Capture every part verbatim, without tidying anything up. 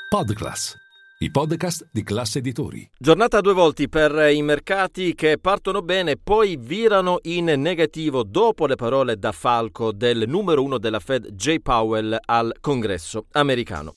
Podclass, i podcast di Class Editori. Giornata a due volti per i mercati che partono bene, poi virano in negativo dopo le parole da falco del numero uno della Fed, Jay Powell, al Congresso americano.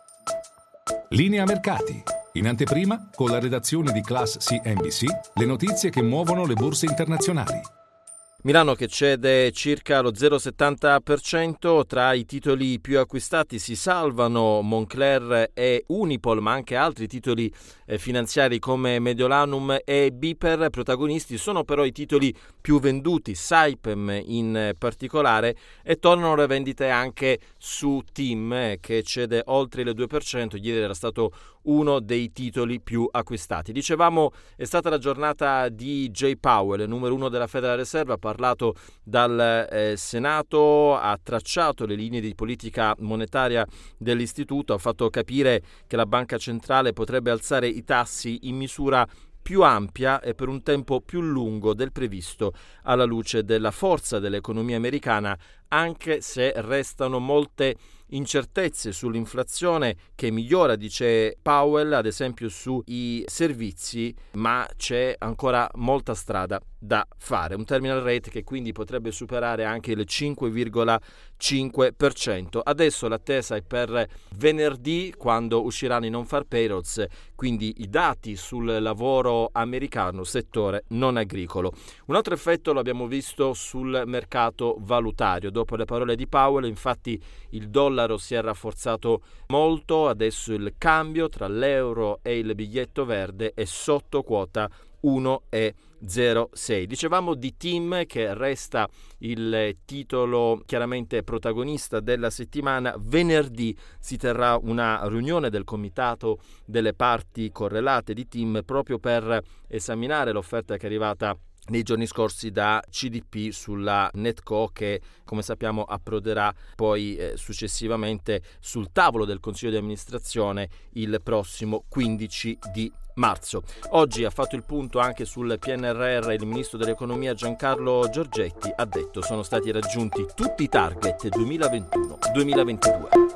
Linea mercati. In anteprima, con la redazione di Class C N B C, le notizie che muovono le borse internazionali. Milano che cede circa lo zero virgola settanta per cento, tra i titoli più acquistati si salvano Moncler e Unipol, ma anche altri titoli eh, finanziari come Mediolanum e Biper. Protagonisti sono però i titoli più venduti, Saipem in particolare, e tornano le vendite anche su TIM eh, che cede oltre il due per cento, ieri era stato uno dei titoli più acquistati. Dicevamo, è stata la giornata di Jay Powell, numero uno della Federal Reserve, ha parlato dal eh, Senato, ha tracciato le linee di politica monetaria dell'istituto, ha fatto capire che la banca centrale potrebbe alzare i tassi in misura più ampia e per un tempo più lungo del previsto, alla luce della forza dell'economia americana, anche se restano molte incertezze sull'inflazione che migliora, dice Powell, ad esempio sui servizi, ma c'è ancora molta strada da fare. Un terminal rate che quindi potrebbe superare anche il cinque virgola cinque per cento. Adesso l'attesa è per venerdì, quando usciranno i non-farm payrolls, quindi i dati sul lavoro americano, settore non agricolo. Un altro effetto lo abbiamo visto sul mercato valutario. Dopo le parole di Powell, infatti, il dollaro si è rafforzato molto, adesso il cambio tra l'euro e il biglietto verde è sotto quota uno virgola zero sei. Dicevamo di TIM che resta il titolo chiaramente protagonista della settimana. Venerdì si terrà una riunione del comitato delle parti correlate di TIM proprio per esaminare l'offerta che è arrivata nei giorni scorsi da C D P sulla NetCo, che come sappiamo approderà poi eh, successivamente sul tavolo del Consiglio di amministrazione il prossimo quindici di marzo. Oggi ha fatto il punto anche sul P N R R il ministro dell'economia Giancarlo Giorgetti, ha detto sono stati raggiunti tutti i target duemilaventuno duemilaventidue.